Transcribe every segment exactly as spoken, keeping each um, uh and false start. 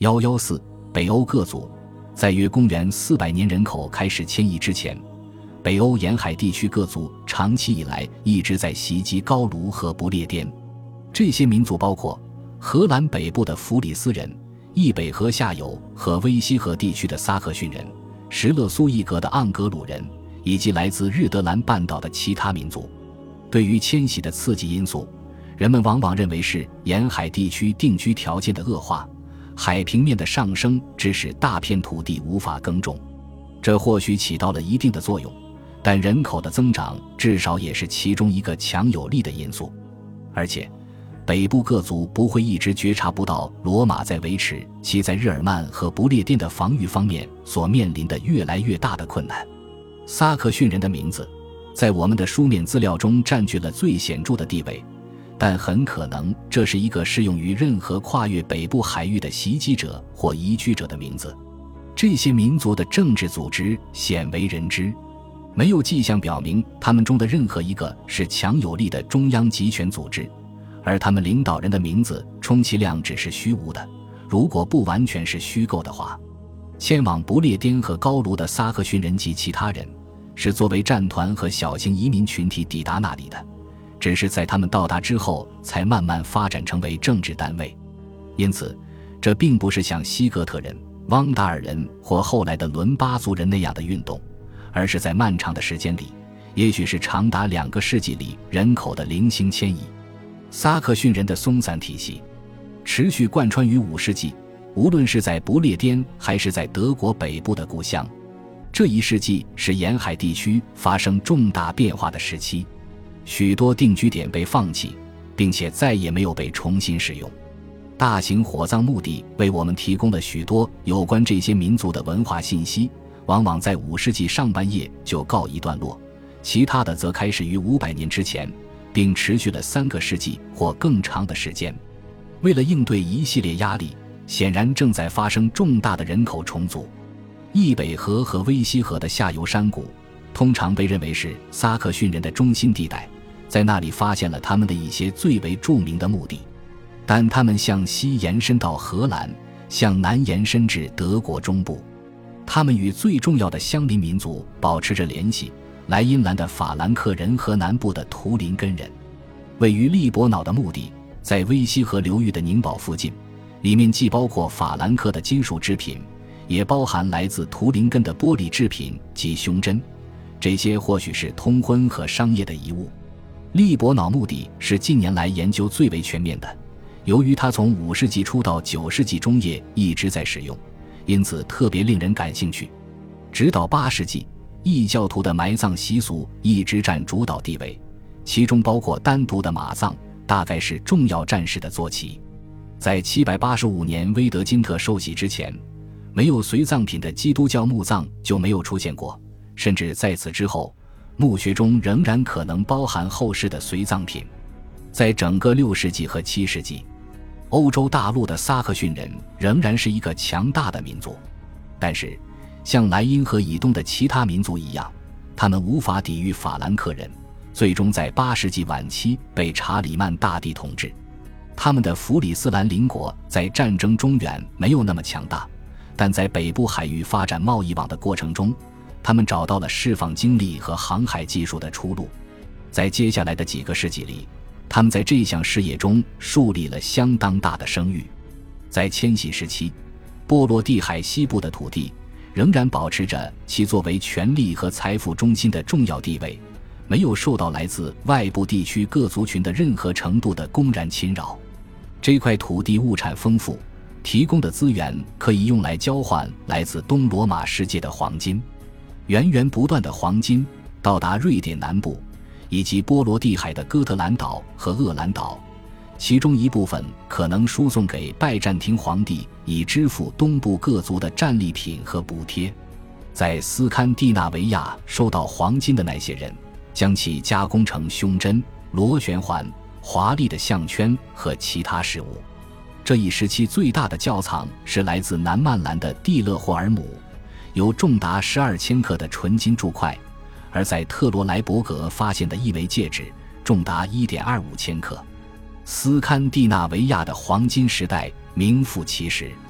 一一四北欧各族。在约公元四百年人口开始迁移之前，北欧沿海地区各族长期以来一直在袭击高卢和不列颠。这些民族包括荷兰北部的弗里斯人、易北河下游和威西河地区的撒克逊人、什勒苏伊格的盎格鲁人，以及来自日德兰半岛的其他民族。对于迁徙的刺激因素，人们往往认为是沿海地区定居条件的恶化，海平面的上升致使大片土地无法耕种，这或许起到了一定的作用，但人口的增长至少也是其中一个强有力的因素。而且北部各族不会一直觉察不到罗马在维持其在日耳曼和不列颠的防御方面所面临的越来越大的困难。撒克逊人的名字在我们的书面资料中占据了最显著的地位，但很可能这是一个适用于任何跨越北部海域的袭击者或移居者的名字。这些民族的政治组织鲜为人知，没有迹象表明他们中的任何一个是强有力的中央集权组织，而他们领导人的名字充其量只是虚无的，如果不完全是虚构的话。迁往不列颠和高卢的撒克逊人及其他人是作为战团和小型移民群体抵达那里的，只是在他们到达之后才慢慢发展成为政治单位。因此这并不是像西哥特人、汪达尔人或后来的伦巴族人那样的运动，而是在漫长的时间里，也许是长达两个世纪里人口的零星迁移。撒克逊人的松散体系持续贯穿于五世纪，无论是在不列颠还是在德国北部的故乡。这一世纪是沿海地区发生重大变化的时期，许多定居点被放弃，并且再也没有被重新使用。大型火葬墓地为我们提供了许多有关这些民族的文化信息，往往在五世纪上半叶就告一段落，其他的则开始于五百年之前，并持续了三个世纪或更长的时间。为了应对一系列压力，显然正在发生重大的人口重组。易北河和威西河的下游山谷通常被认为是撒克逊人的中心地带，在那里发现了他们的一些最为著名的墓地，但他们向西延伸到荷兰，向南延伸至德国中部。他们与最重要的相邻民族保持着联系，莱茵兰的法兰克人和南部的图林根人。位于利伯瑙的墓地在威西河流域的宁堡附近，里面既包括法兰克的金属制品，也包含来自图林根的玻璃制品及胸针，这些或许是通婚和商业的遗物。利伯瑙墓地是近年来研究最为全面的，由于它从五世纪初到九世纪中叶一直在使用，因此特别令人感兴趣。直到八世纪，异教徒的埋葬习俗一直占主导地位，其中包括单独的马葬，大概是重要战士的坐骑。在七百八十五年威德金特受洗之前，没有随葬品的基督教墓葬就没有出现过，甚至在此之后，墓穴中仍然可能包含后世的随葬品。在整个六世纪和七世纪，欧洲大陆的撒克逊人仍然是一个强大的民族，但是像莱茵河以东的其他民族一样，他们无法抵御法兰克人，最终在八世纪晚期被查理曼大帝统治。他们的弗里斯兰邻国在战争中远没有那么强大，但在北部海域发展贸易网的过程中，他们找到了释放精力和航海技术的出路。在接下来的几个世纪里，他们在这项事业中树立了相当大的声誉。在迁徙时期，波罗的海西部的土地仍然保持着其作为权力和财富中心的重要地位，没有受到来自外部地区各族群的任何程度的公然侵扰。这块土地物产丰富，提供的资源可以用来交换来自东罗马世界的黄金。源源不断的黄金到达瑞典南部以及波罗的海的哥特兰岛和厄兰岛，其中一部分可能输送给拜占庭皇帝，以支付东部各族的战利品和补贴。在斯堪的纳维亚收到黄金的那些人，将其加工成胸针、螺旋环、华丽的项圈和其他事物。这一时期最大的窖藏是来自南曼兰的蒂勒霍尔姆，由重达十二千克的纯金铸块，而在特罗莱伯格发现的一枚戒指重达 一点二五千克。斯堪的纳维亚的黄金时代名副其实。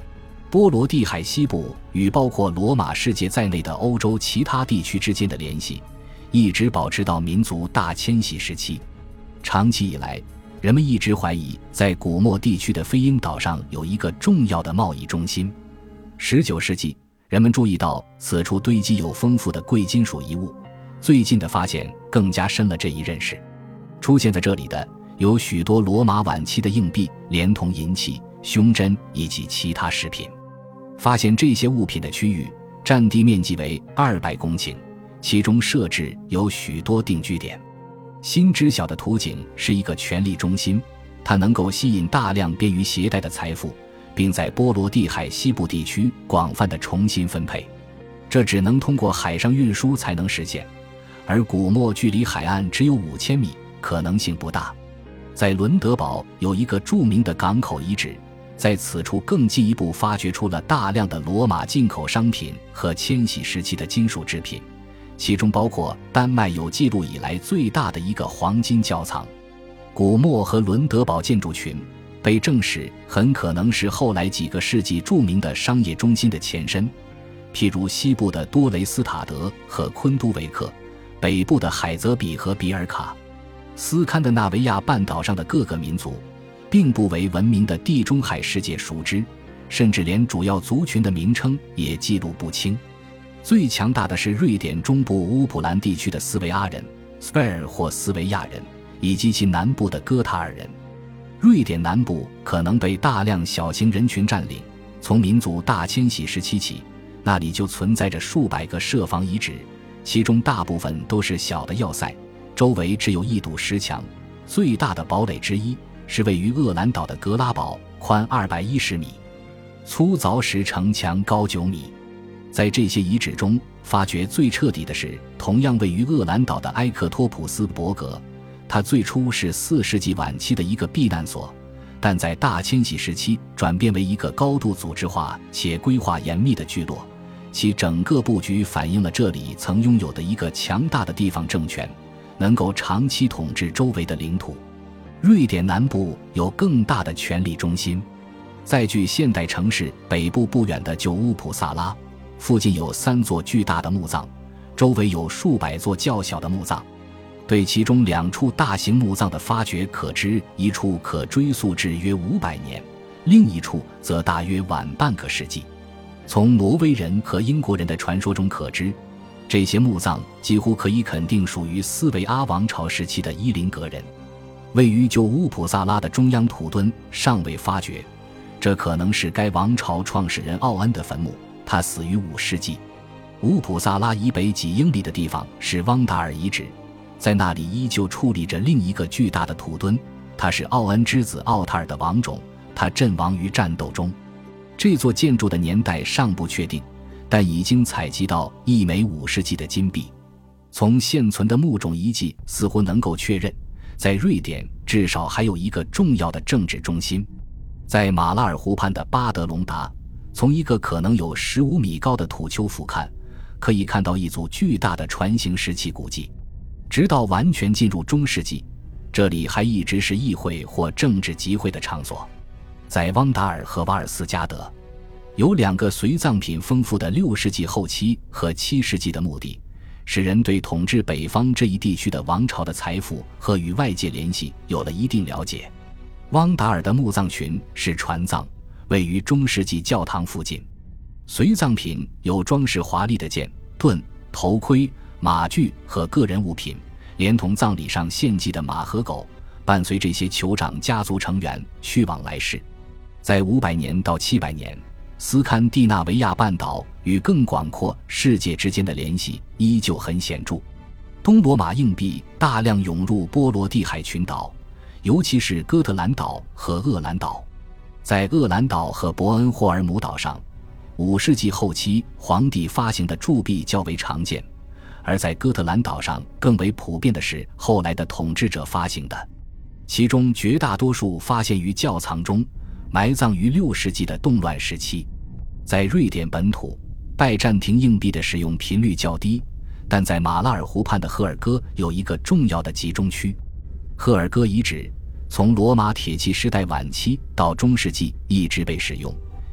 波罗的海西部与包括罗马世界在内的欧洲其他地区之间的联系一直保持到民族大迁徙时期。长期以来，人们一直怀疑在古莫地区的飞鹰岛上有一个重要的贸易中心。十九世纪，人们注意到此处堆积有丰富的贵金属遗物，最近的发现更加深了这一认识。出现在这里的有许多罗马晚期的硬币，连同银器、胸针以及其他饰品。发现这些物品的区域占地面积为二百公顷，其中设置有许多定居点。新知晓的图景是一个权力中心，它能够吸引大量便于携带的财富，并在波罗的海西部地区广泛的重新分配。这只能通过海上运输才能实现，而古莫距离海岸只有五千米，可能性不大。在伦德堡有一个著名的港口遗址，在此处更进一步发掘出了大量的罗马进口商品和迁徙时期的金属制品，其中包括丹麦有记录以来最大的一个黄金窖藏。古莫和伦德堡建筑群被证实很可能是后来几个世纪著名的商业中心的前身，譬如西部的多雷斯塔德和昆都维克，北部的海泽比和比尔卡。斯堪的纳维亚半岛上的各个民族并不为文明的地中海世界熟知，甚至连主要族群的名称也记录不清。最强大的是瑞典中部乌普兰地区的斯维阿人 斯维尔或斯维亚人，以及其南部的哥塔尔人。瑞典南部可能被大量小型人群占领，从民族大迁徙时期起，那里就存在着数百个设防遗址，其中大部分都是小的要塞，周围只有一堵石墙。最大的堡垒之一是位于厄兰岛的格拉堡，宽二百一十米，粗凿石城墙高九米。在这些遗址中，发掘最彻底的是同样位于厄兰岛的埃克托普斯伯格，它最初是四世纪晚期的一个避难所，但在大迁徙时期转变为一个高度组织化且规划严密的聚落，其整个布局反映了这里曾拥有的一个强大的地方政权，能够长期统治周围的领土。瑞典南部有更大的权力中心，在距现代城市北部不远的旧乌普萨拉，附近有三座巨大的墓葬，周围有数百座较小的墓葬。对其中两处大型墓葬的发掘可知，一处可追溯至约五百年，另一处则大约晚半个世纪。从挪威人和英国人的传说中可知，这些墓葬几乎可以肯定属于斯维阿王朝时期的伊林格人。位于旧乌普萨拉的中央土墩尚未发掘，这可能是该王朝创始人奥恩的坟墓，他死于五世纪。乌普萨拉以北几英里的地方是汪达尔遗址，在那里依旧矗立着另一个巨大的土墩，他是奥恩之子奥塔尔的王种，他阵亡于战斗中。这座建筑的年代尚不确定，但已经采集到一枚五世纪的金币。从现存的墓冢遗迹似乎能够确认，在瑞典至少还有一个重要的政治中心。在马拉尔湖畔的巴德隆达，从一个可能有十五米高的土丘俯瞰，可以看到一组巨大的船形石器古迹。直到完全进入中世纪，这里还一直是议会或政治集会的场所。在汪达尔和瓦尔斯加德，有两个随葬品丰富的六世纪后期和七世纪的墓地，使人对统治北方这一地区的王朝的财富和与外界联系有了一定了解。汪达尔的墓葬群是船葬，位于中世纪教堂附近。随葬品有装饰华丽的剑、盾、头盔、马具和个人物品，连同葬礼上献祭的马和狗，伴随这些酋长家族成员去往来世。在五百年到七百年，斯堪的纳维亚半岛与更广阔世界之间的联系依旧很显著。东罗马硬币大量涌入波罗的海群岛，尤其是哥特兰岛和厄兰岛。在厄兰岛和伯恩霍尔姆岛上，五世纪后期皇帝发行的铸币较为常见，而在哥特兰岛上更为普遍的是后来的统治者发行的，其中绝大多数发现于窖藏中，埋葬于六世纪的动乱时期。在瑞典本土，拜占庭硬币的使用频率较低，但在马拉尔湖畔的赫尔戈有一个重要的集中区。赫尔戈遗址从罗马铁器时代晚期到中世纪一直被使用，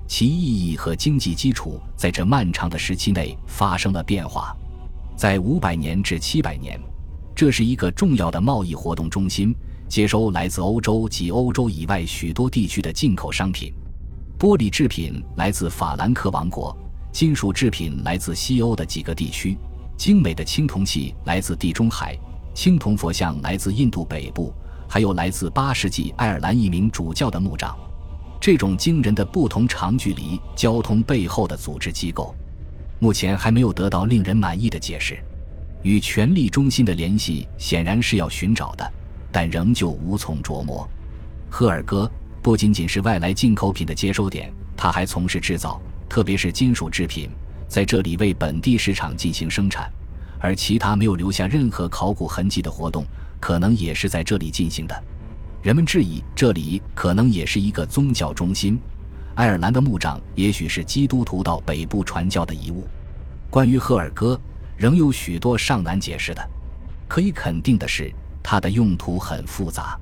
其意义和经济基础在这漫长的时期内发生了变化。在五百年至七百年，这是一个重要的贸易活动中心，接收来自欧洲及欧洲以外许多地区的进口商品。玻璃制品来自法兰克王国，金属制品来自西欧的几个地区，精美的青铜器来自地中海，青铜佛像来自印度北部，还有来自八世纪爱尔兰一名主教的墓葬。这种惊人的不同长距离交通背后的组织机构，目前还没有得到令人满意的解释。与权力中心的联系显然是要寻找的，但仍旧无从琢磨。赫尔戈不仅仅是外来进口品的接收点，他还从事制造，特别是金属制品，在这里为本地市场进行生产，而其他没有留下任何考古痕迹的活动可能也是在这里进行的。人们质疑这里可能也是一个宗教中心，爱尔兰的墓葬也许是基督徒到北部传教的遗物。关于赫尔戈仍有许多尚难解释的，可以肯定的是它的用途很复杂。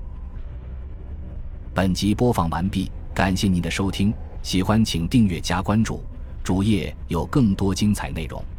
本集播放完毕，感谢您的收听，喜欢请订阅加关注，主页有更多精彩内容。